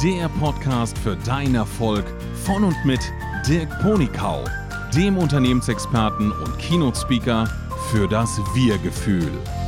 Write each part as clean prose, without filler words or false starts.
der Podcast für deinen Erfolg von und mit Dirk Ponickau, dem Unternehmensexperten und Keynote-Speaker für das Wir-Gefühl.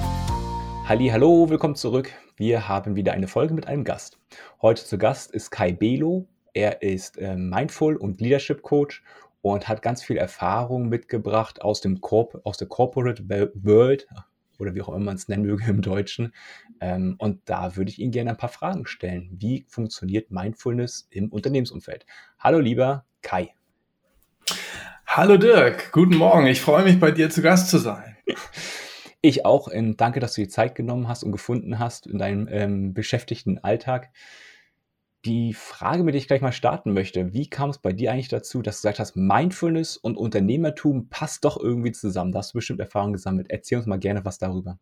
Hallo, willkommen zurück. Wir haben wieder eine Folge mit einem Gast. Heute zu Gast ist Kai Belo. Er ist Mindful- und Leadership-Coach und hat ganz viel Erfahrung mitgebracht aus der Corporate World oder wie auch immer man es nennen möge im Deutschen. Und da würde ich Ihnen gerne ein paar Fragen stellen. Wie funktioniert Mindfulness im Unternehmensumfeld? Hallo, lieber Kai. Hallo Dirk, guten Morgen. Ich freue mich, bei dir zu Gast zu sein. Ich auch. Danke, dass du dir Zeit genommen hast und gefunden hast in deinem beschäftigten Alltag. Die Frage, mit der ich gleich mal starten möchte: Wie kam es bei dir eigentlich dazu, dass du gesagt hast, Mindfulness und Unternehmertum passt doch irgendwie zusammen? Da hast du bestimmt Erfahrung gesammelt. Erzähl uns mal gerne was darüber.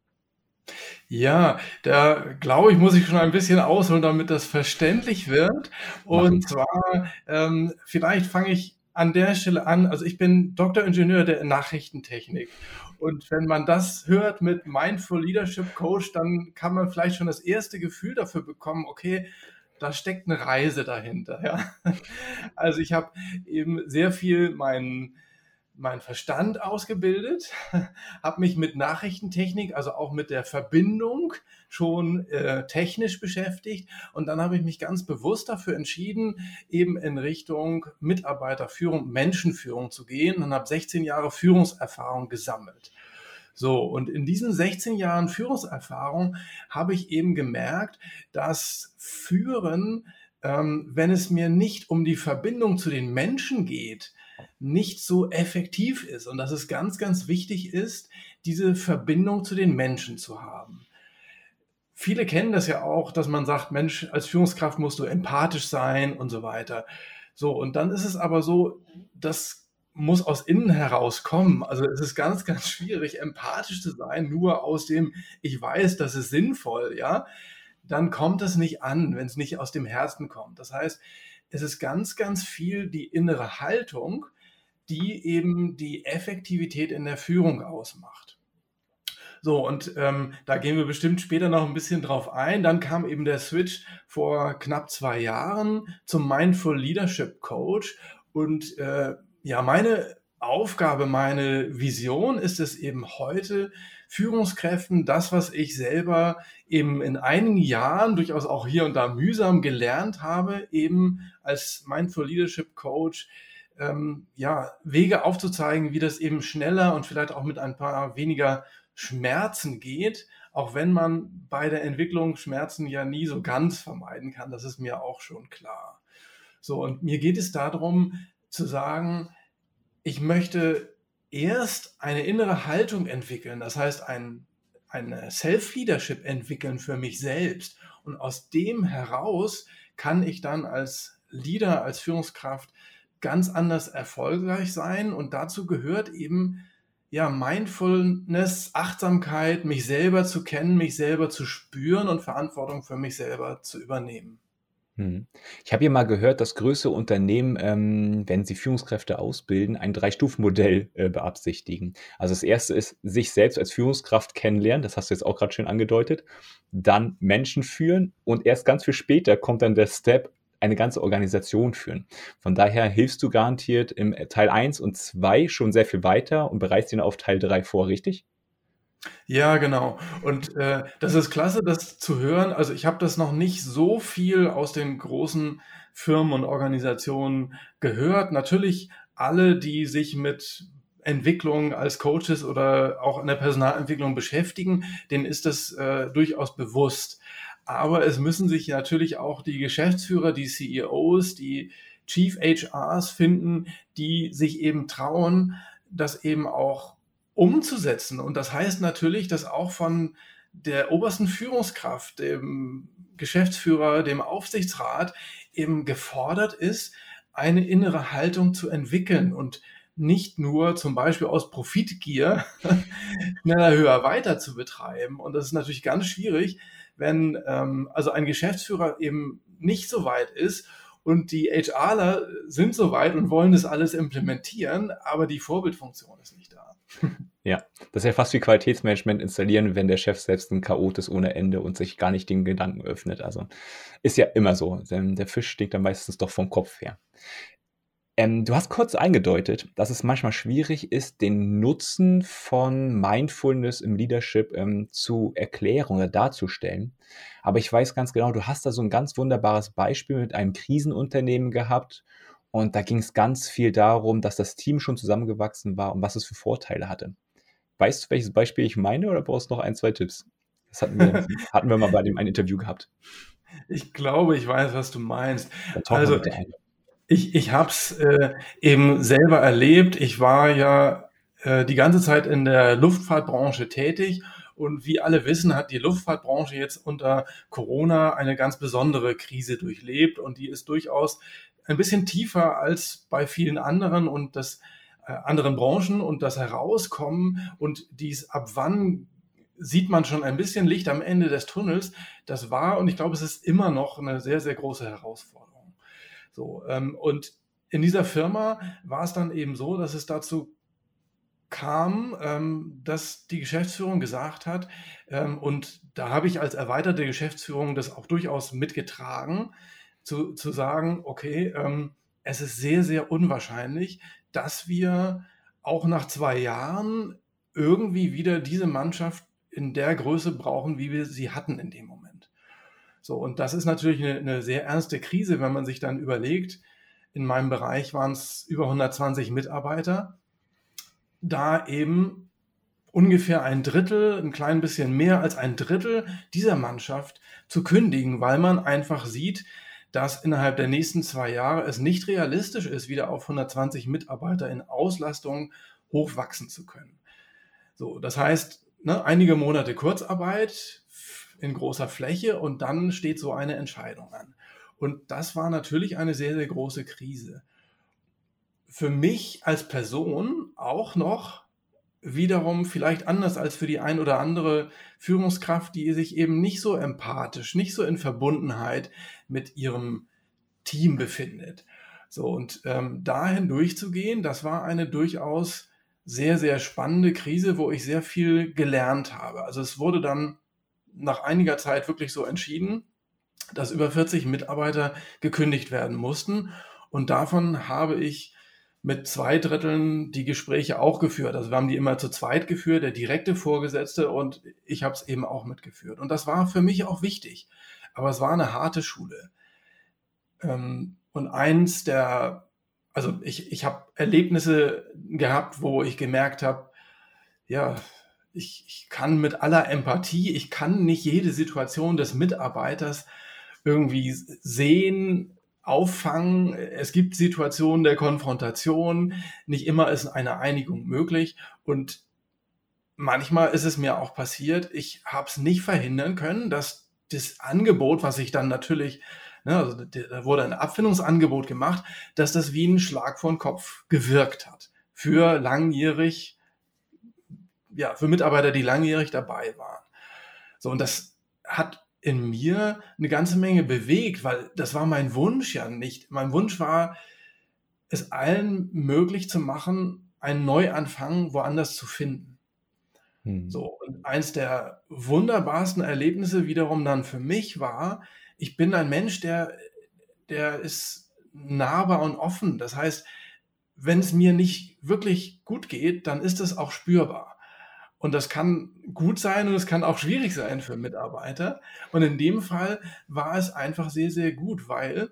Ja, da glaube ich, muss ich schon ein bisschen ausholen, damit das verständlich wird. Und zwar, vielleicht fange ich an der Stelle an. Also ich bin Doktoringenieur der Nachrichtentechnik. Und wenn man das hört mit Mindful Leadership Coach, dann kann man vielleicht schon das erste Gefühl dafür bekommen, okay, da steckt eine Reise dahinter. Ja? Also ich habe eben sehr viel meinen Verstand ausgebildet, habe mich mit Nachrichtentechnik, also auch mit der Verbindung schon technisch beschäftigt, und dann habe ich mich ganz bewusst dafür entschieden, eben in Richtung Mitarbeiterführung, Menschenführung zu gehen, und habe 16 Jahre Führungserfahrung gesammelt. So, und in diesen 16 Jahren Führungserfahrung habe ich eben gemerkt, dass Führen, wenn es mir nicht um die Verbindung zu den Menschen geht, nicht so effektiv ist, und dass es ganz, ganz wichtig ist, diese Verbindung zu den Menschen zu haben. Viele kennen das ja auch, dass man sagt, Mensch, als Führungskraft musst du empathisch sein und so weiter. So, und dann ist es aber so, das muss aus innen herauskommen. Also es ist ganz, ganz schwierig, empathisch zu sein, nur aus dem, ich weiß, das ist sinnvoll, ja. Dann kommt es nicht an, wenn es nicht aus dem Herzen kommt. Das heißt, es ist ganz, ganz viel die innere Haltung, die eben die Effektivität in der Führung ausmacht. So, und da gehen wir bestimmt später noch ein bisschen drauf ein. Dann kam eben der Switch vor knapp 2 Jahren zum Mindful Leadership Coach. Und ja, meine Aufgabe, meine Vision ist es eben heute, Führungskräften das, was ich selber eben in einigen Jahren durchaus auch hier und da mühsam gelernt habe, eben als Mindful Leadership Coach, ja, Wege aufzuzeigen, wie das eben schneller und vielleicht auch mit ein paar weniger Schmerzen geht, auch wenn man bei der Entwicklung Schmerzen ja nie so ganz vermeiden kann, das ist mir auch schon klar. So, und mir geht es darum zu sagen, ich möchte erst eine innere Haltung entwickeln, das heißt eine Self-Leadership entwickeln für mich selbst, und aus dem heraus kann ich dann als Leader, als Führungskraft ganz anders erfolgreich sein, und dazu gehört eben ja Mindfulness, Achtsamkeit, mich selber zu kennen, mich selber zu spüren und Verantwortung für mich selber zu übernehmen. Ich habe hier mal gehört, dass größere Unternehmen, wenn sie Führungskräfte ausbilden, ein 3-Stufen-Modell beabsichtigen. Also das erste ist, sich selbst als Führungskraft kennenlernen, das hast du jetzt auch gerade schön angedeutet, dann Menschen führen, und erst ganz viel später kommt dann der Step, eine ganze Organisation führen. Von daher hilfst du garantiert im Teil 1 und 2 schon sehr viel weiter und bereitest ihn auf Teil 3 vor, richtig? Ja, genau. Und das ist klasse, das zu hören. Also ich habe das noch nicht so viel aus den großen Firmen und Organisationen gehört. Natürlich alle, die sich mit Entwicklung als Coaches oder auch in der Personalentwicklung beschäftigen, denen ist das durchaus bewusst. Aber es müssen sich natürlich auch die Geschäftsführer, die CEOs, die Chief HRs finden, die sich eben trauen, das eben auch umzusetzen. Und das heißt natürlich, dass auch von der obersten Führungskraft, dem Geschäftsführer, dem Aufsichtsrat eben gefordert ist, eine innere Haltung zu entwickeln und nicht nur zum Beispiel aus Profitgier schneller, höher, weiter zu betreiben. Und das ist natürlich ganz schwierig, wenn also ein Geschäftsführer eben nicht so weit ist und die HRler sind so weit und wollen das alles implementieren, aber die Vorbildfunktion ist nicht da. Ja, das ist ja fast wie Qualitätsmanagement installieren, wenn der Chef selbst ein Chaot ist ohne Ende und sich gar nicht den Gedanken öffnet. Also ist ja immer so. Denn der Fisch stinkt dann meistens doch vom Kopf her. Du hast kurz eingedeutet, dass es manchmal schwierig ist, den Nutzen von Mindfulness im Leadership zu erklären oder darzustellen. Aber ich weiß ganz genau, du hast da so ein ganz wunderbares Beispiel mit einem Krisenunternehmen gehabt. Und da ging es ganz viel darum, dass das Team schon zusammengewachsen war und was es für Vorteile hatte. Weißt du, welches Beispiel ich meine, oder brauchst du noch ein, zwei Tipps? Das hatten wir mal bei dem einen Interview gehabt. Ich glaube, ich weiß, was du meinst. Dann tauchen wir Also bitte ein. ich habe es eben selber erlebt. Ich war ja die ganze Zeit in der Luftfahrtbranche tätig und wie alle wissen, hat die Luftfahrtbranche jetzt unter Corona eine ganz besondere Krise durchlebt und die ist durchaus ein bisschen tiefer als bei vielen anderen und das anderen Branchen und das Herauskommen und dies ab wann sieht man schon ein bisschen Licht am Ende des Tunnels. Das war und ich glaube, es ist immer noch eine sehr, sehr große Herausforderung. So, und in dieser Firma war es dann eben so, dass es dazu kam, dass die Geschäftsführung gesagt hat, und da habe ich als erweiterte Geschäftsführung das auch durchaus mitgetragen, zu sagen, okay, es ist sehr, sehr unwahrscheinlich, dass wir auch nach 2 Jahren irgendwie wieder diese Mannschaft in der Größe brauchen, wie wir sie hatten in dem Moment. So, und das ist natürlich eine sehr ernste Krise, wenn man sich dann überlegt, in meinem Bereich waren es über 120 Mitarbeiter, da eben ungefähr ein Drittel, ein klein bisschen mehr als ein Drittel dieser Mannschaft zu kündigen, weil man einfach sieht, dass innerhalb der nächsten 2 Jahre es nicht realistisch ist, wieder auf 120 Mitarbeiter in Auslastung hochwachsen zu können. So, das heißt, einige Monate Kurzarbeit in großer Fläche und dann steht so eine Entscheidung an. Und das war natürlich eine sehr, sehr große Krise. Für mich als Person auch noch wiederum vielleicht anders als für die ein oder andere Führungskraft, die sich eben nicht so empathisch, nicht so in Verbundenheit mit ihrem Team befindet. So, und dahin durchzugehen, das war eine durchaus sehr, sehr spannende Krise, wo ich sehr viel gelernt habe. Also es wurde dann nach einiger Zeit wirklich so entschieden, dass über 40 Mitarbeiter gekündigt werden mussten. Und davon habe ich mit 2 Dritteln die Gespräche auch geführt. Also wir haben die immer zu zweit geführt, der direkte Vorgesetzte und ich habe es eben auch mitgeführt. Und das war für mich auch wichtig. Aber es war eine harte Schule. Und also ich habe Erlebnisse gehabt, wo ich gemerkt habe, ja, ich kann mit aller Empathie, ich kann nicht jede Situation des Mitarbeiters irgendwie sehen, auffangen. Es gibt Situationen der Konfrontation, nicht immer ist eine Einigung möglich und manchmal ist es mir auch passiert, ich habe es nicht verhindern können, dass das Angebot, was ich dann natürlich, also da wurde ein Abfindungsangebot gemacht, dass das wie ein Schlag vor den Kopf gewirkt hat für Mitarbeiter, die langjährig dabei waren. So, und das hat in mir eine ganze Menge bewegt, weil das war mein Wunsch ja nicht. Mein Wunsch war, es allen möglich zu machen, einen Neuanfang woanders zu finden. So, und eins der wunderbarsten Erlebnisse wiederum dann für mich war, ich bin ein Mensch, der ist nahbar und offen. Das heißt, wenn es mir nicht wirklich gut geht, dann ist es auch spürbar. Und das kann gut sein und es kann auch schwierig sein für Mitarbeiter. Und in dem Fall war es einfach sehr, sehr gut, weil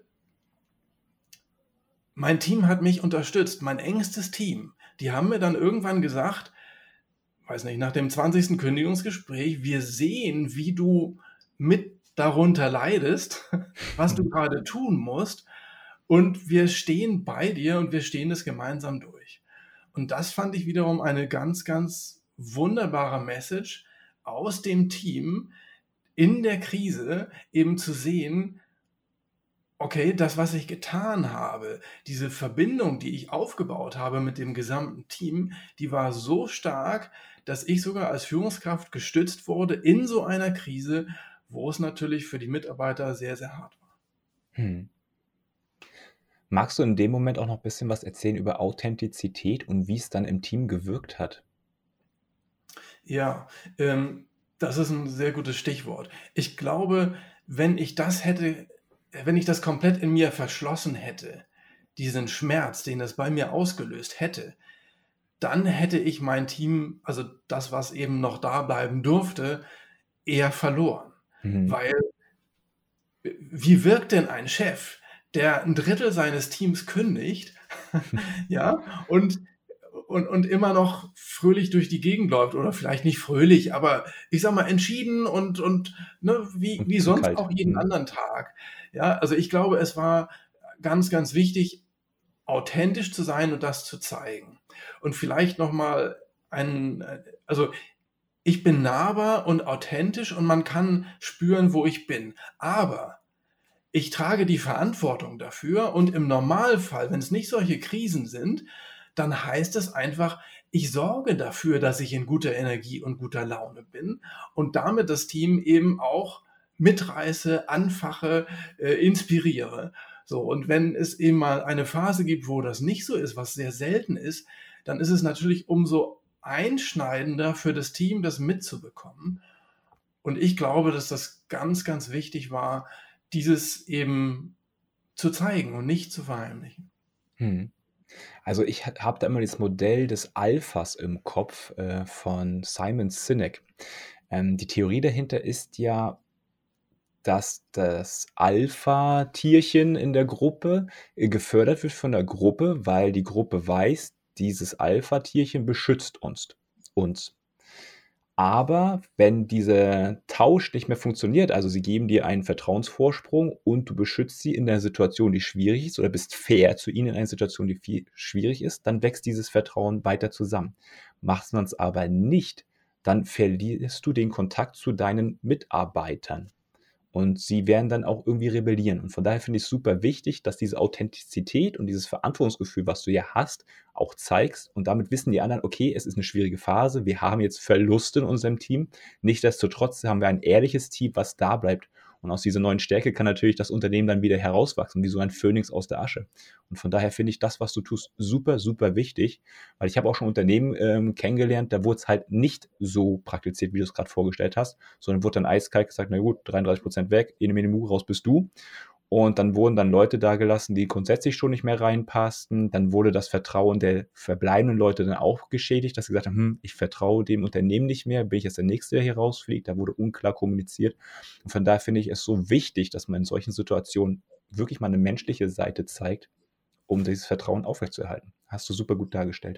mein Team hat mich unterstützt, mein engstes Team. Die haben mir dann irgendwann gesagt, weiß nicht, nach dem 20. Kündigungsgespräch, wir sehen, wie du mit darunter leidest, was du gerade tun musst. Und wir stehen bei dir und wir stehen das gemeinsam durch. Und das fand ich wiederum eine ganz, ganz wunderbare Message aus dem Team in der Krise eben zu sehen, okay, das, was ich getan habe, diese Verbindung, die ich aufgebaut habe mit dem gesamten Team, die war so stark, dass ich sogar als Führungskraft gestützt wurde in so einer Krise, wo es natürlich für die Mitarbeiter sehr, sehr hart war. Hm. Magst du in dem Moment auch noch ein bisschen was erzählen über Authentizität und wie es dann im Team gewirkt hat? Ja, das ist ein sehr gutes Stichwort. Ich glaube, wenn ich das hätte wenn ich das komplett in mir verschlossen hätte, diesen Schmerz, den das bei mir ausgelöst hätte, dann hätte ich mein Team, also das, was eben noch da bleiben durfte, eher verloren. Mhm. Weil wie wirkt denn ein Chef, der ein Drittel seines Teams kündigt, ja, und immer noch fröhlich durch die Gegend läuft oder vielleicht nicht fröhlich, aber ich sage mal entschieden und, ne, wie Und zu sonst kalt. auch jeden Mhm. anderen Tag. Ja, also ich glaube, es war ganz, ganz wichtig, authentisch zu sein und das zu zeigen. Und vielleicht noch mal also ich bin nahbar und authentisch und man kann spüren, wo ich bin. Aber ich trage die Verantwortung dafür und im Normalfall, wenn es nicht solche Krisen sind, dann heißt es einfach, ich sorge dafür, dass ich in guter Energie und guter Laune bin und damit das Team eben auch mitreiße, anfache, inspiriere. So, und wenn es eben mal eine Phase gibt, wo das nicht so ist, was sehr selten ist, dann ist es natürlich umso einschneidender für das Team, das mitzubekommen. Und ich glaube, dass das ganz, ganz wichtig war, dieses eben zu zeigen und nicht zu verheimlichen. Mhm. Also ich habe da immer das Modell des Alphas im Kopf von Simon Sinek. Die Theorie dahinter ist ja, dass das Alpha-Tierchen in der Gruppe gefördert wird von der Gruppe, weil die Gruppe weiß, dieses Alpha-Tierchen beschützt uns. Aber wenn dieser Tausch nicht mehr funktioniert, also sie geben dir einen Vertrauensvorsprung und du beschützt sie in der Situation, die schwierig ist, oder bist fair zu ihnen in einer Situation, die viel schwierig ist, dann wächst dieses Vertrauen weiter zusammen. Machst man es aber nicht, dann verlierst du den Kontakt zu deinen Mitarbeitern. Und sie werden dann auch irgendwie rebellieren. Und von daher finde ich es super wichtig, dass diese Authentizität und dieses Verantwortungsgefühl, was du ja hast, auch zeigst. Und damit wissen die anderen, okay, es ist eine schwierige Phase, wir haben jetzt Verluste in unserem Team. Nichtsdestotrotz haben wir ein ehrliches Team, was da bleibt. Und aus dieser neuen Stärke kann natürlich das Unternehmen dann wieder herauswachsen, wie so ein Phönix aus der Asche. Und von daher finde ich das, was du tust, super, super wichtig, weil ich habe auch schon Unternehmen kennengelernt, da wurde es halt nicht so praktiziert, wie du es gerade vorgestellt hast, sondern wurde dann eiskalt gesagt, na gut, 33% weg, ene mene mu, raus bist du. Und dann wurden dann Leute da gelassen, die grundsätzlich schon nicht mehr reinpassten. Dann wurde das Vertrauen der verbleibenden Leute dann auch geschädigt, dass sie gesagt haben, ich vertraue dem Unternehmen nicht mehr, bin ich jetzt der Nächste, der hier rausfliegt. Da wurde unklar kommuniziert. Und von daher finde ich es so wichtig, dass man in solchen Situationen wirklich mal eine menschliche Seite zeigt, um dieses Vertrauen aufrechtzuerhalten. Hast du super gut dargestellt.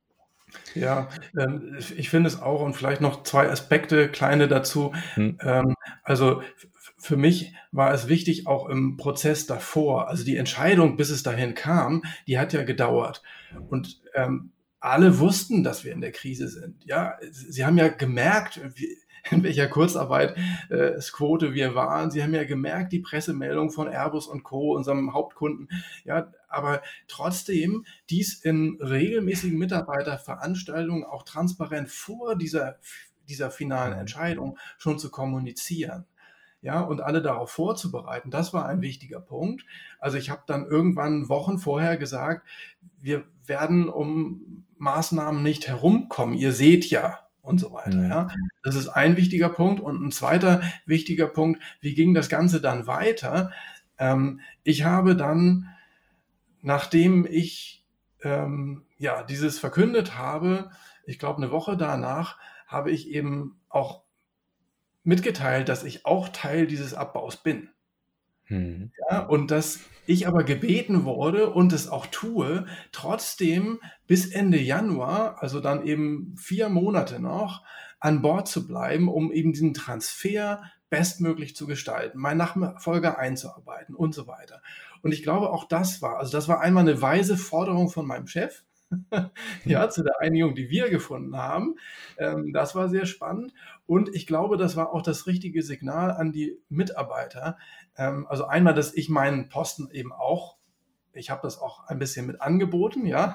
Ja, ich finde es auch und vielleicht noch 2 Aspekte, kleine dazu. Hm. Also für mich war es wichtig, auch im Prozess davor, also die Entscheidung, bis es dahin kam, die hat ja gedauert. Und alle wussten, dass wir in der Krise sind. Ja, sie haben ja gemerkt, in welcher Kurzarbeitsquote wir waren. Sie haben ja gemerkt, die Pressemeldung von Airbus und Co., unserem Hauptkunden. Ja, aber trotzdem dies in regelmäßigen Mitarbeiterveranstaltungen auch transparent vor dieser finalen Entscheidung schon zu kommunizieren. Ja, und alle darauf vorzubereiten, das war ein wichtiger Punkt. Also ich habe dann irgendwann Wochen vorher gesagt, wir werden um Maßnahmen nicht herumkommen. Ihr seht ja und so weiter. Ja, das ist ein wichtiger Punkt. Und ein zweiter wichtiger Punkt: Wie ging das Ganze dann weiter? Ich habe dann, nachdem ich ja dieses verkündet habe, ich glaube eine Woche danach, habe ich eben auch mitgeteilt, dass ich auch Teil dieses Abbaus bin. Mhm. Ja, und dass ich aber gebeten wurde und es auch tue, trotzdem bis Ende Januar, also dann eben 4 Monate noch, an Bord zu bleiben, um eben diesen Transfer bestmöglich zu gestalten, meinen Nachfolger einzuarbeiten und so weiter. Und ich glaube, auch das war einmal eine weise Forderung von meinem Chef, ja, zu der Einigung, die wir gefunden haben. Das war sehr spannend. Und ich glaube, das war auch das richtige Signal an die Mitarbeiter. Also einmal, dass ich meinen Posten eben auch, ich habe das auch ein bisschen mit angeboten, ja,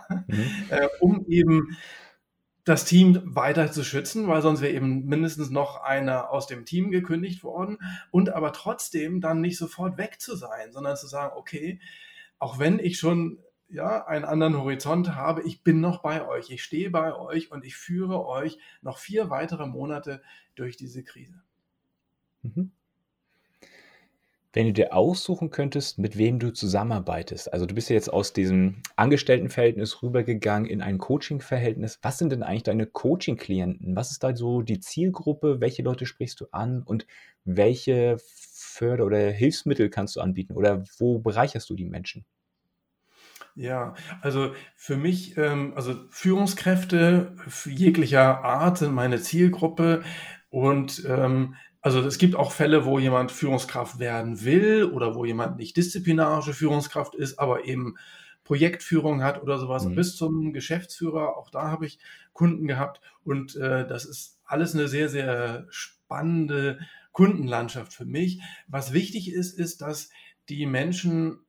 um eben das Team weiter zu schützen, weil sonst wäre eben mindestens noch einer aus dem Team gekündigt worden und aber trotzdem dann nicht sofort weg zu sein, sondern zu sagen, okay, auch wenn ich schon ja, einen anderen Horizont habe. Ich bin noch bei euch, ich stehe bei euch und ich führe euch noch 4 weitere Monate durch diese Krise. Mhm. Wenn du dir aussuchen könntest, mit wem du zusammenarbeitest, also du bist ja jetzt aus diesem Angestelltenverhältnis rübergegangen in ein Coaching-Verhältnis. Was sind denn eigentlich deine Coaching-Klienten? Was ist da so die Zielgruppe? Welche Leute sprichst du an und welche Förder- oder Hilfsmittel kannst du anbieten oder wo bereicherst du die Menschen? Ja, also für mich, also Führungskräfte jeglicher Art sind meine Zielgruppe und also es gibt auch Fälle, wo jemand Führungskraft werden will oder wo jemand nicht disziplinarische Führungskraft ist, aber eben Projektführung hat oder sowas, Mhm. bis zum Geschäftsführer. Auch da habe ich Kunden gehabt und das ist alles eine sehr, sehr spannende Kundenlandschaft für mich. Was wichtig ist, ist, dass die Menschen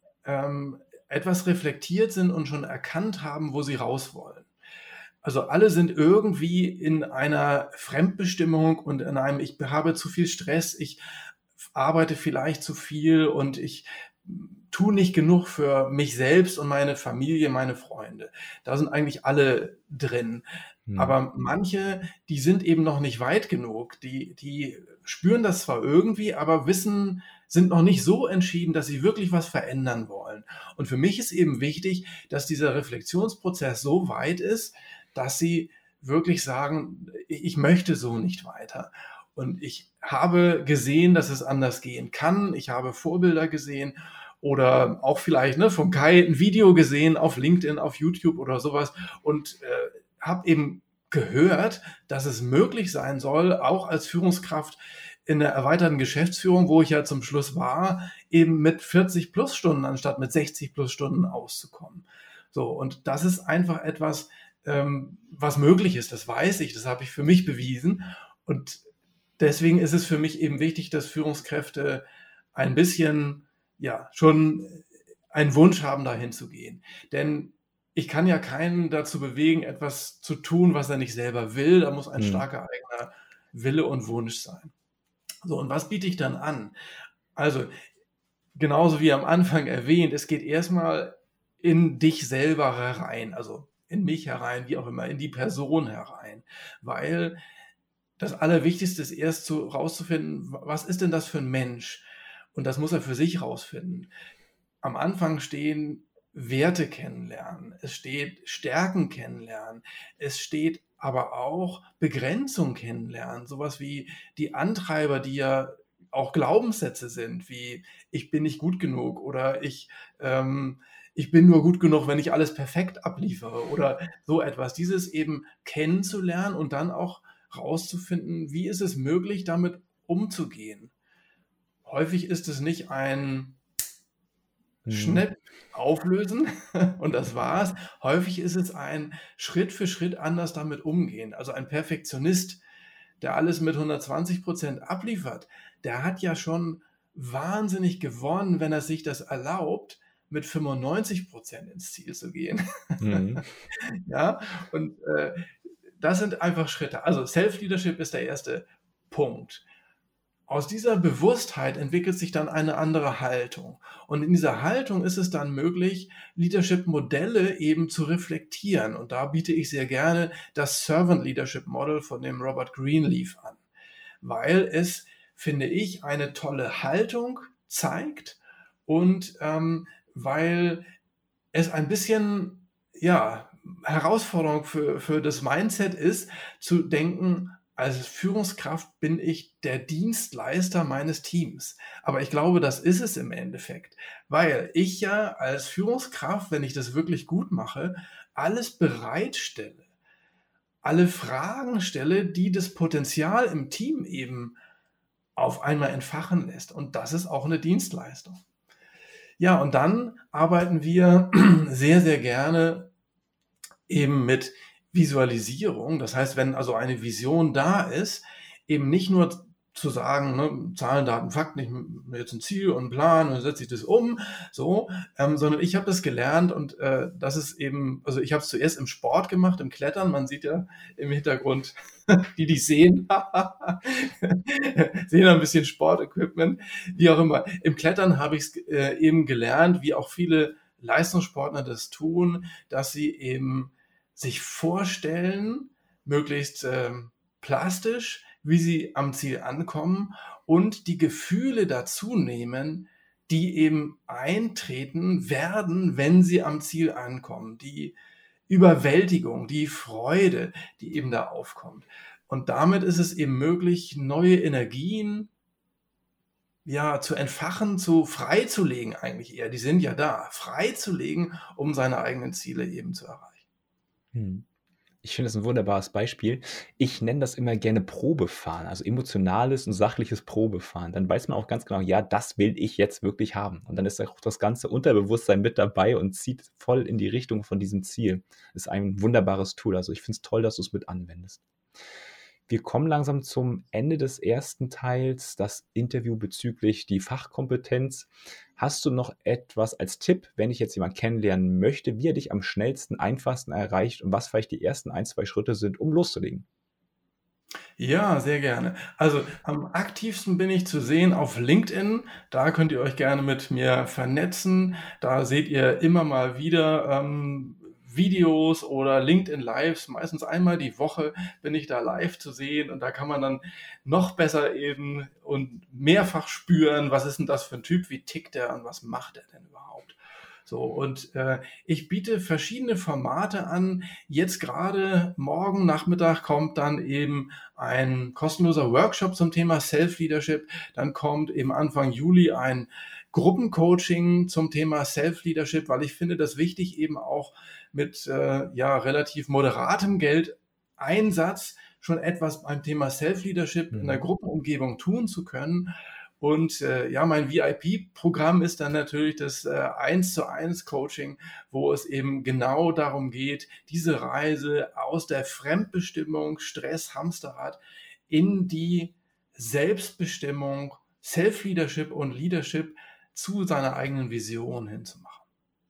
etwas reflektiert sind und schon erkannt haben, wo sie raus wollen. Also alle sind irgendwie in einer Fremdbestimmung und in einem, ich habe zu viel Stress, ich arbeite vielleicht zu viel und ich tue nicht genug für mich selbst und meine Familie, meine Freunde. Da sind eigentlich alle drin. Mhm. Aber manche, die sind eben noch nicht weit genug. Die spüren das zwar irgendwie, aber sind noch nicht so entschieden, dass sie wirklich was verändern wollen. Und für mich ist eben wichtig, dass dieser Reflexionsprozess so weit ist, dass sie wirklich sagen, ich möchte so nicht weiter. Und ich habe gesehen, dass es anders gehen kann. Ich habe Vorbilder gesehen oder auch vielleicht von Kai ein Video gesehen auf LinkedIn, auf YouTube oder sowas und habe eben gehört, dass es möglich sein soll, auch als Führungskraft in der erweiterten Geschäftsführung, wo ich ja zum Schluss war, eben mit 40 plus Stunden anstatt mit 60 plus Stunden auszukommen. So, und das ist einfach etwas, was möglich ist, das weiß ich, das habe ich für mich bewiesen. Und deswegen ist es für mich eben wichtig, dass Führungskräfte ein bisschen, ja, schon einen Wunsch haben, dahin zu gehen. Denn ich kann ja keinen dazu bewegen, etwas zu tun, was er nicht selber will. Da muss ein Mhm. starker eigener Wille und Wunsch sein. So, und was biete ich dann an? Also, genauso wie am Anfang erwähnt, es geht erstmal in dich selber herein, also in mich herein, wie auch immer, in die Person herein, weil das Allerwichtigste ist erst rauszufinden, was ist denn das für ein Mensch? Und das muss er für sich rausfinden. Am Anfang stehen Werte kennenlernen, es steht Stärken kennenlernen, es steht aber auch Begrenzung kennenlernen, sowas wie die Antreiber, die ja auch Glaubenssätze sind, wie ich bin nicht gut genug oder ich bin nur gut genug, wenn ich alles perfekt abliefere oder so etwas. Dieses eben kennenzulernen und dann auch rauszufinden, wie ist es möglich, damit umzugehen. Häufig ist es nicht ein Mhm. Schnipp auflösen und das war's. Häufig ist es ein Schritt für Schritt anders damit umgehen. Also ein Perfektionist, der alles mit 120% abliefert, der hat ja schon wahnsinnig gewonnen, wenn er sich das erlaubt, mit 95% ins Ziel zu gehen. Mhm. Ja, und das sind einfach Schritte. Also Self-Leadership ist der erste Punkt. Aus dieser Bewusstheit entwickelt sich dann eine andere Haltung. Und in dieser Haltung ist es dann möglich, Leadership-Modelle eben zu reflektieren. Und da biete ich sehr gerne das Servant Leadership Model von dem Robert Greenleaf an, weil es, finde ich, eine tolle Haltung zeigt und weil es ein bisschen, ja, Herausforderung für das Mindset ist, zu denken, als Führungskraft bin ich der Dienstleister meines Teams. Aber ich glaube, das ist es im Endeffekt, weil ich ja als Führungskraft, wenn ich das wirklich gut mache, alles bereitstelle, alle Fragen stelle, die das Potenzial im Team eben auf einmal entfachen lässt. Und das ist auch eine Dienstleistung. Ja, und dann arbeiten wir sehr, sehr gerne eben mit Visualisierung. Das heißt, wenn also eine Vision da ist, eben nicht nur zu sagen, ne, Zahlen, Daten, Fakten, ich habe jetzt ein Ziel und einen Plan und dann setze ich das um, so, sondern ich habe das gelernt und das ist eben, also ich habe es zuerst im Sport gemacht, im Klettern, man sieht ja im Hintergrund, die sehen, sehen ein bisschen Sportequipment, wie auch immer. Im Klettern habe ich es eben gelernt, wie auch viele Leistungssportler das tun, dass sie eben sich vorstellen, möglichst plastisch, wie sie am Ziel ankommen und die Gefühle dazu nehmen, die eben eintreten werden, wenn sie am Ziel ankommen. Die Überwältigung, die Freude, die eben da aufkommt. Und damit ist es eben möglich, neue Energien zu entfachen, freizulegen eigentlich eher. Die sind ja da, freizulegen, um seine eigenen Ziele eben zu erreichen. Mhm. Ich finde das ein wunderbares Beispiel. Ich nenne das immer gerne Probefahren, also emotionales und sachliches Probefahren. Dann weiß man auch ganz genau, ja, das will ich jetzt wirklich haben. Und dann ist auch das ganze Unterbewusstsein mit dabei und zieht voll in die Richtung von diesem Ziel. Ist ein wunderbares Tool. Also ich finde es toll, dass du es mit anwendest. Wir kommen langsam zum Ende des ersten Teils, das Interview bezüglich die Fachkompetenz. Hast du noch etwas als Tipp, wenn ich jetzt jemanden kennenlernen möchte, wie er dich am schnellsten, einfachsten erreicht und was vielleicht die ersten 1, 2 Schritte sind, um loszulegen? Ja, sehr gerne. Also am aktivsten bin ich zu sehen auf LinkedIn. Da könnt ihr euch gerne mit mir vernetzen. Da seht ihr immer mal wieder Videos oder LinkedIn Lives. Meistens einmal die Woche bin ich da live zu sehen und da kann man dann noch besser eben und mehrfach spüren, was ist denn das für ein Typ, wie tickt der und was macht er denn überhaupt? So, und ich biete verschiedene Formate an. Jetzt gerade morgen Nachmittag kommt dann eben ein kostenloser Workshop zum Thema Self-Leadership. Dann kommt eben Anfang Juli ein Gruppencoaching zum Thema Self-Leadership, weil ich finde das wichtig, eben auch mit relativ moderatem Geldeinsatz schon etwas beim Thema Self-Leadership in der Gruppenumgebung tun zu können. Und mein VIP-Programm ist dann natürlich das 1:1 Coaching, wo es eben genau darum geht, diese Reise aus der Fremdbestimmung, Stress, Hamsterrad in die Selbstbestimmung, Self-Leadership und Leadership zu seiner eigenen Vision hinzumachen.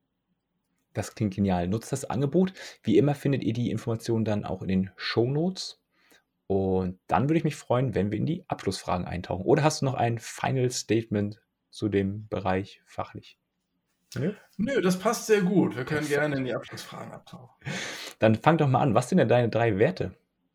Das klingt genial. Nutzt das Angebot. Wie immer findet ihr die Informationen dann auch in den Shownotes. Und dann würde ich mich freuen, wenn wir in die Abschlussfragen eintauchen. Oder hast du noch ein Final Statement zu dem Bereich fachlich? Nö, das passt sehr gut. Wir können gerne in die Abschlussfragen abtauchen. Dann fang doch mal an. Was sind denn deine 3 Werte?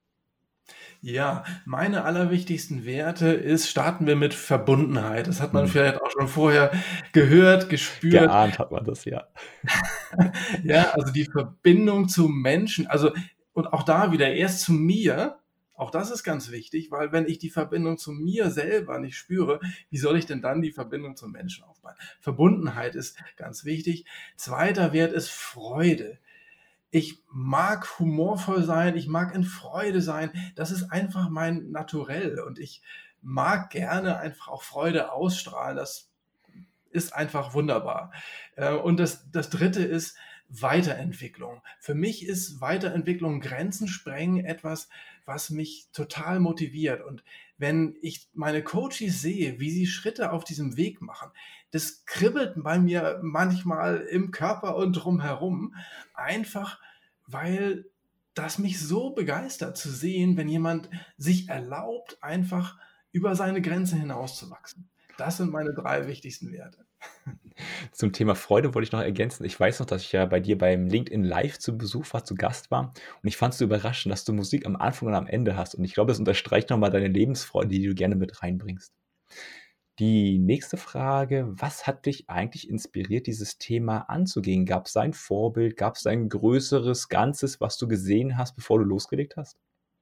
Ja, meine allerwichtigsten Werte starten wir mit Verbundenheit. Das hat man vielleicht auch schon vorher gehört, gespürt. Geahnt hat man das, ja. Ja, also die Verbindung zu Menschen, und auch da wieder erst zu mir. Auch das ist ganz wichtig, weil wenn ich die Verbindung zu mir selber nicht spüre, wie soll ich denn dann die Verbindung zum Menschen aufbauen? Verbundenheit ist ganz wichtig. Zweiter Wert ist Freude. Ich mag humorvoll sein, ich mag in Freude sein. Das ist einfach mein Naturell und ich mag gerne einfach auch Freude ausstrahlen. Das ist einfach wunderbar. Und das Dritte ist Weiterentwicklung. Für mich ist Weiterentwicklung, Grenzen sprengen etwas, was mich total motiviert. Und wenn ich meine Coaches sehe, wie sie Schritte auf diesem Weg machen, das kribbelt bei mir manchmal im Körper und drumherum, einfach weil das mich so begeistert zu sehen, wenn jemand sich erlaubt, einfach über seine Grenzen hinauszuwachsen. Das sind meine 3 wichtigsten Werte. Zum Thema Freude wollte ich noch ergänzen. Ich weiß noch, dass ich ja bei dir beim LinkedIn Live zu Besuch war, zu Gast war. Und ich fand es so überraschend, dass du Musik am Anfang und am Ende hast. Und ich glaube, das unterstreicht nochmal deine Lebensfreude, die du gerne mit reinbringst. Die nächste Frage: Was hat dich eigentlich inspiriert, dieses Thema anzugehen? Gab es ein Vorbild? Gab es ein größeres Ganzes, was du gesehen hast, bevor du losgelegt hast?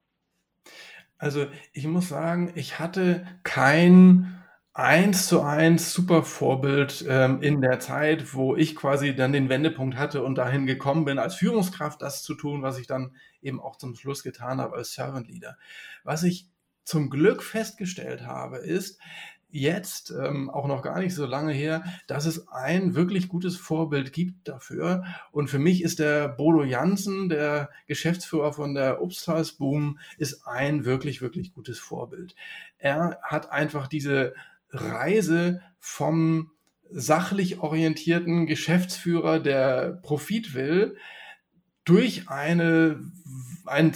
Also ich muss sagen, ich hatte kein 1:1 super Vorbild in der Zeit, wo ich quasi dann den Wendepunkt hatte und dahin gekommen bin, als Führungskraft das zu tun, was ich dann eben auch zum Schluss getan habe als Servant Leader. Was ich zum Glück festgestellt habe, ist jetzt, auch noch gar nicht so lange her, dass es ein wirklich gutes Vorbild gibt dafür. Und für mich ist der Bodo Jansen, der Geschäftsführer von der Obstalsboom, ist ein wirklich, wirklich gutes Vorbild. Er hat einfach diese Reise vom sachlich orientierten Geschäftsführer, der Profit will, durch einen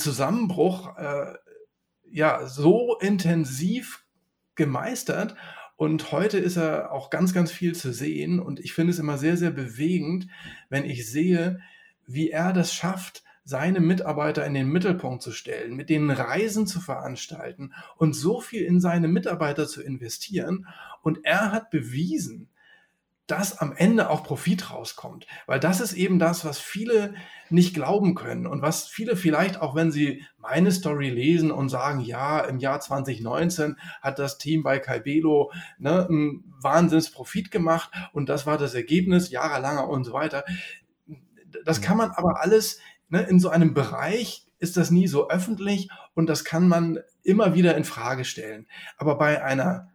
Zusammenbruch so intensiv gemeistert Und heute ist er auch ganz, ganz viel zu sehen. Und ich finde es immer sehr, sehr bewegend, wenn ich sehe, wie er das schafft, seine Mitarbeiter in den Mittelpunkt zu stellen, mit denen Reisen zu veranstalten und so viel in seine Mitarbeiter zu investieren. Und er hat bewiesen, dass am Ende auch Profit rauskommt. Weil das ist eben das, was viele nicht glauben können und was viele vielleicht auch, wenn sie meine Story lesen und sagen, ja, im Jahr 2019 hat das Team bei Kaibelo einen Wahnsinnsprofit gemacht und das war das Ergebnis jahrelanger und so weiter. Das kann man aber alles, in so einem Bereich ist das nie so öffentlich und das kann man immer wieder in Frage stellen. Aber bei einer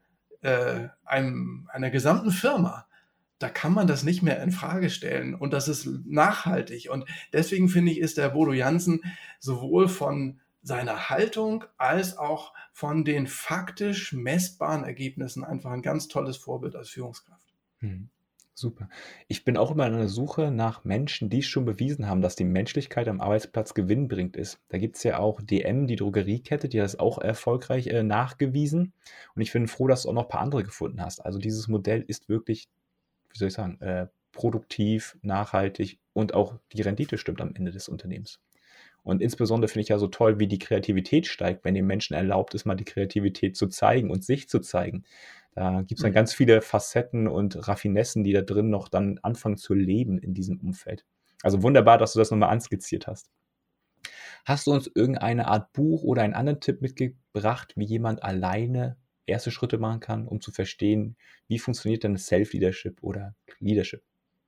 gesamten Firma, da kann man das nicht mehr in Frage stellen und das ist nachhaltig. Und deswegen finde ich, ist der Bodo Jansen sowohl von seiner Haltung als auch von den faktisch messbaren Ergebnissen einfach ein ganz tolles Vorbild als Führungskraft. Super. Ich bin auch immer an der Suche nach Menschen, die schon bewiesen haben, dass die Menschlichkeit am Arbeitsplatz gewinnbringend ist. Da gibt es ja auch DM, die Drogeriekette, die hat das auch erfolgreich nachgewiesen. Und ich bin froh, dass du auch noch ein paar andere gefunden hast. Also dieses Modell ist wirklich, wie soll ich sagen, produktiv, nachhaltig und auch die Rendite stimmt am Ende des Unternehmens. Und insbesondere finde ich ja so toll, wie die Kreativität steigt, wenn den Menschen erlaubt ist, mal die Kreativität zu zeigen und sich zu zeigen. Da gibt es dann ganz viele Facetten und Raffinessen, die da drin noch dann anfangen zu leben in diesem Umfeld. Also wunderbar, dass du das nochmal anskizziert hast. Hast du uns irgendeine Art Buch oder einen anderen Tipp mitgebracht, wie jemand alleine erste Schritte machen kann, um zu verstehen, wie funktioniert denn Self-Leadership oder Leadership?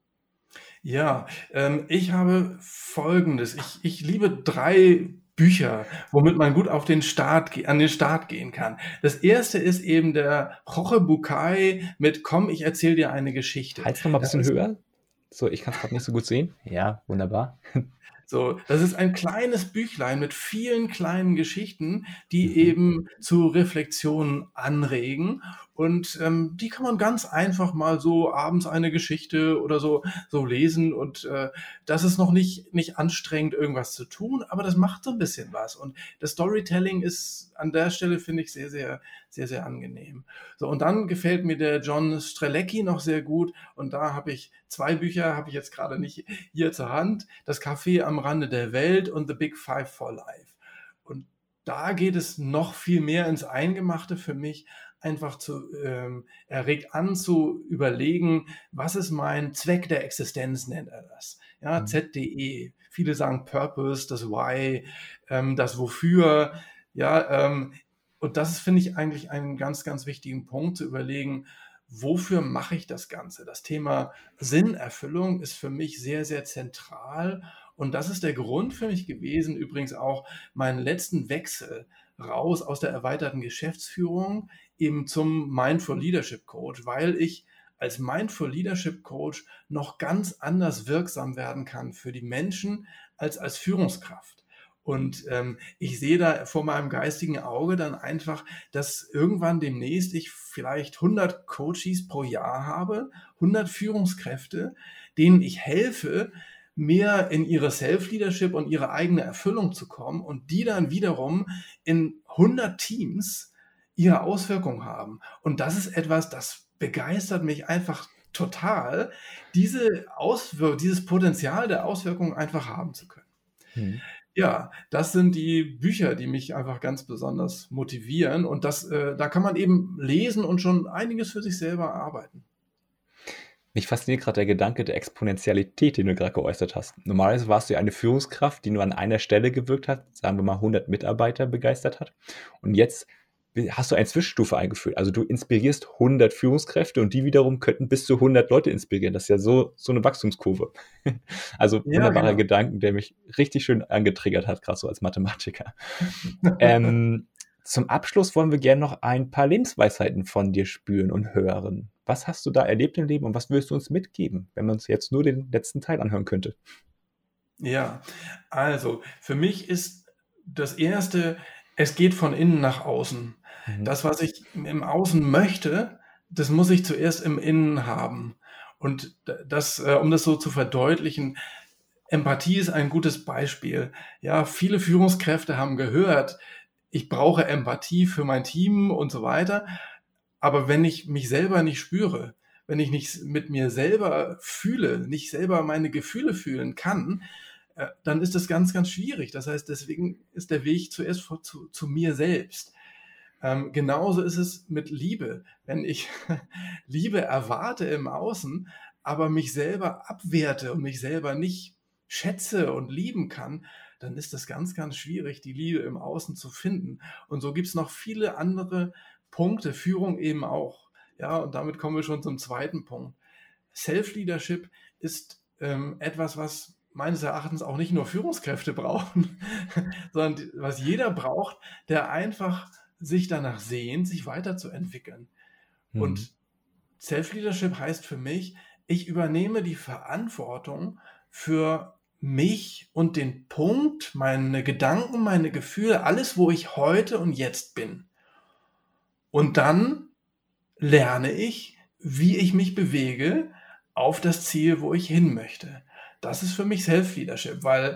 Ja, ich habe Folgendes. Ich liebe 3 Bücher, womit man gut an den Start gehen kann. Das erste ist eben der Jorge Bucay mit Komm, ich erzähle dir eine Geschichte. Halt's noch mal ein bisschen höher. So, ich kann es gerade nicht so gut sehen. Ja, wunderbar. So, das ist ein kleines Büchlein mit vielen kleinen Geschichten, die eben zu Reflexionen anregen. Und die kann man ganz einfach mal so abends eine Geschichte oder so lesen. Und das ist noch nicht anstrengend, irgendwas zu tun, aber das macht so ein bisschen was. Und das Storytelling ist an der Stelle, finde ich, sehr, sehr, sehr, sehr angenehm. So, und dann gefällt mir der John Strelecki noch sehr gut. Und da habe ich 2 Bücher, habe ich jetzt gerade nicht hier zur Hand. Das Café am Rande der Welt und The Big Five for Life. Und da geht es noch viel mehr ins Eingemachte für mich, einfach er regt an zu überlegen, was ist mein Zweck der Existenz, nennt er das. Ja, ZDE. Viele sagen Purpose, das Why, das Wofür. Ja, und das ist, finde ich, eigentlich einen ganz, ganz wichtigen Punkt zu überlegen, wofür mache ich das Ganze? Das Thema Sinnerfüllung ist für mich sehr, sehr zentral. Und das ist der Grund für mich gewesen, übrigens auch meinen letzten Wechsel raus aus der erweiterten Geschäftsführung eben zum Mindful Leadership Coach, weil ich als Mindful Leadership Coach noch ganz anders wirksam werden kann für die Menschen als Führungskraft. Und ich sehe da vor meinem geistigen Auge dann einfach, dass irgendwann demnächst ich vielleicht 100 Coaches pro Jahr habe, 100 Führungskräfte, denen ich helfe, mehr in ihre Self-Leadership und ihre eigene Erfüllung zu kommen und die dann wiederum in 100 Teams ihre Auswirkungen haben. Und das ist etwas, das begeistert mich einfach total, dieses Potenzial der Auswirkungen einfach haben zu können. Ja, das sind die Bücher, die mich einfach ganz besonders motivieren und da kann man eben lesen und schon einiges für sich selber erarbeiten. Mich fasziniert gerade der Gedanke der Exponentialität, den du gerade geäußert hast. Normalerweise warst du ja eine Führungskraft, die nur an einer Stelle gewirkt hat, sagen wir mal 100 Mitarbeiter begeistert hat. Und jetzt hast du eine Zwischenstufe eingeführt. Also du inspirierst 100 Führungskräfte und die wiederum könnten bis zu 100 Leute inspirieren. Das ist ja so eine Wachstumskurve. Also wunderbarer Gedanken, der mich richtig schön angetriggert hat, gerade so als Mathematiker. Zum Abschluss wollen wir gerne noch ein paar Lebensweisheiten von dir spüren und hören. Was hast du da erlebt im Leben und was würdest du uns mitgeben, wenn man uns jetzt nur den letzten Teil anhören könnte? Ja, also für mich ist das Erste, es geht von innen nach außen. Das, was ich im Außen möchte, das muss ich zuerst im Innen haben. Und das, um das so zu verdeutlichen, Empathie ist ein gutes Beispiel. Ja, viele Führungskräfte haben gehört, ich brauche Empathie für mein Team und so weiter. Aber wenn ich mich selber nicht spüre, wenn ich nicht mit mir selber fühle, nicht selber meine Gefühle fühlen kann, dann ist das ganz, ganz schwierig. Das heißt, deswegen ist der Weg zuerst zu mir selbst. Genauso ist es mit Liebe. Wenn ich Liebe erwarte im Außen, aber mich selber abwerte und mich selber nicht schätze und lieben kann, dann ist das ganz, ganz schwierig, die Liebe im Außen zu finden. Und so gibt es noch viele andere Punkte, Führung eben auch. Ja, und damit kommen wir schon zum zweiten Punkt. Self-Leadership ist etwas, was meines Erachtens auch nicht nur Führungskräfte brauchen, sondern was jeder braucht, der einfach sich danach sehnt, sich weiterzuentwickeln. Und Self-Leadership heißt für mich, ich übernehme die Verantwortung für mich und den Punkt, meine Gedanken, meine Gefühle, alles, wo ich heute und jetzt bin. Und dann lerne ich, wie ich mich bewege auf das Ziel, wo ich hin möchte. Das ist für mich Self-Leadership, weil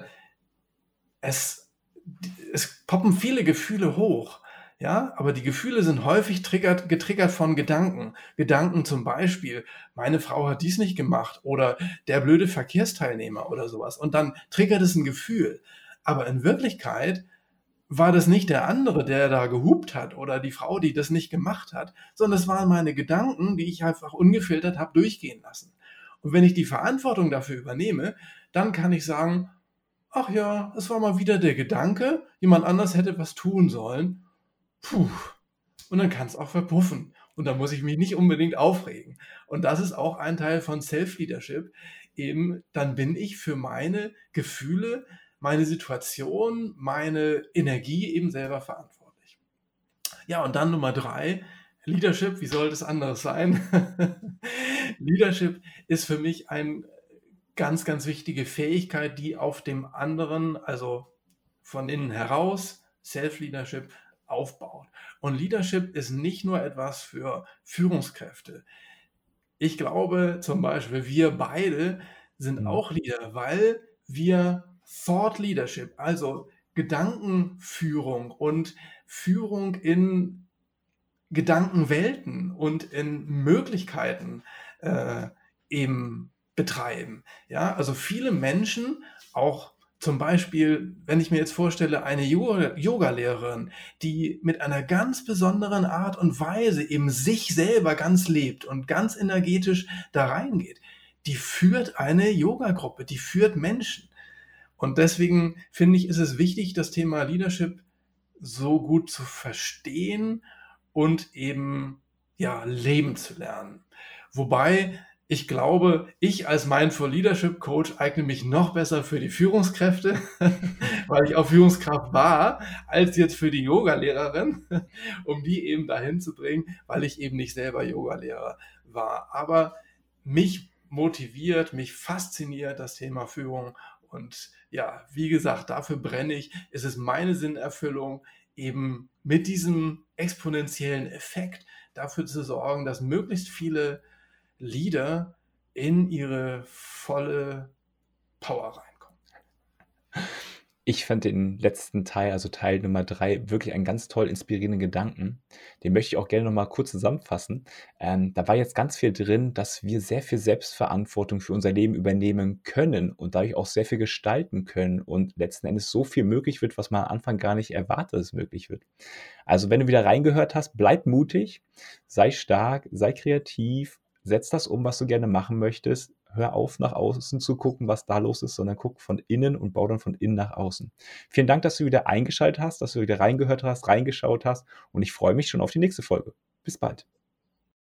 es poppen viele Gefühle hoch. Ja, aber die Gefühle sind häufig getriggert von Gedanken. Gedanken zum Beispiel, meine Frau hat dies nicht gemacht oder der blöde Verkehrsteilnehmer oder sowas. Und dann triggert es ein Gefühl. Aber in Wirklichkeit war das nicht der andere, der da gehupt hat oder die Frau, die das nicht gemacht hat, sondern es waren meine Gedanken, die ich einfach ungefiltert habe durchgehen lassen. Und wenn ich die Verantwortung dafür übernehme, dann kann ich sagen, ach ja, es war mal wieder der Gedanke, jemand anders hätte was tun sollen. Puh. Und dann kann es auch verpuffen. Und dann muss ich mich nicht unbedingt aufregen. Und das ist auch ein Teil von Self-Leadership. Eben, dann bin ich für meine Gefühle, meine Situation, meine Energie eben selber verantwortlich. Ja, und dann Nummer 3, Leadership, wie soll das anderes sein? Leadership ist für mich eine ganz, ganz wichtige Fähigkeit, die auf dem anderen, also von innen heraus, Self-Leadership, aufbaut. Und Leadership ist nicht nur etwas für Führungskräfte. Ich glaube zum Beispiel, wir beide sind auch Leader, weil wir Thought Leadership, also Gedankenführung und Führung in Gedankenwelten und in Möglichkeiten eben betreiben. Ja, also viele Menschen, auch zum Beispiel, wenn ich mir jetzt vorstelle, eine Yoga-Lehrerin, die mit einer ganz besonderen Art und Weise eben sich selber ganz lebt und ganz energetisch da reingeht, die führt eine Yoga-Gruppe, die führt Menschen. Und deswegen finde ich, ist es wichtig, das Thema Leadership so gut zu verstehen und eben ja leben zu lernen. Wobei ich glaube, ich als Mindful Leadership Coach eigne mich noch besser für die Führungskräfte, weil ich auch Führungskraft war, als jetzt für die Yoga-Lehrerin, um die eben dahin zu bringen, weil ich eben nicht selber Yoga-Lehrer war. Aber mich motiviert, mich fasziniert das Thema Führung. Und ja, wie gesagt, dafür brenne ich. Es ist meine Sinnerfüllung, eben mit diesem exponentiellen Effekt dafür zu sorgen, dass möglichst viele Leader in ihre volle Power reinkommen. Ich fand den letzten Teil, also Teil Nummer 3, wirklich einen ganz toll inspirierenden Gedanken. Den möchte ich auch gerne nochmal kurz zusammenfassen. Da war jetzt ganz viel drin, dass wir sehr viel Selbstverantwortung für unser Leben übernehmen können und dadurch auch sehr viel gestalten können und letzten Endes so viel möglich wird, was man am Anfang gar nicht erwartet, dass es möglich wird. Also wenn du wieder reingehört hast, bleib mutig, sei stark, sei kreativ, setz das um, was du gerne machen möchtest. Hör auf, nach außen zu gucken, was da los ist, sondern guck von innen und bau dann von innen nach außen. Vielen Dank, dass du wieder eingeschaltet hast, dass du wieder reingehört hast, reingeschaut hast und ich freue mich schon auf die nächste Folge. Bis bald.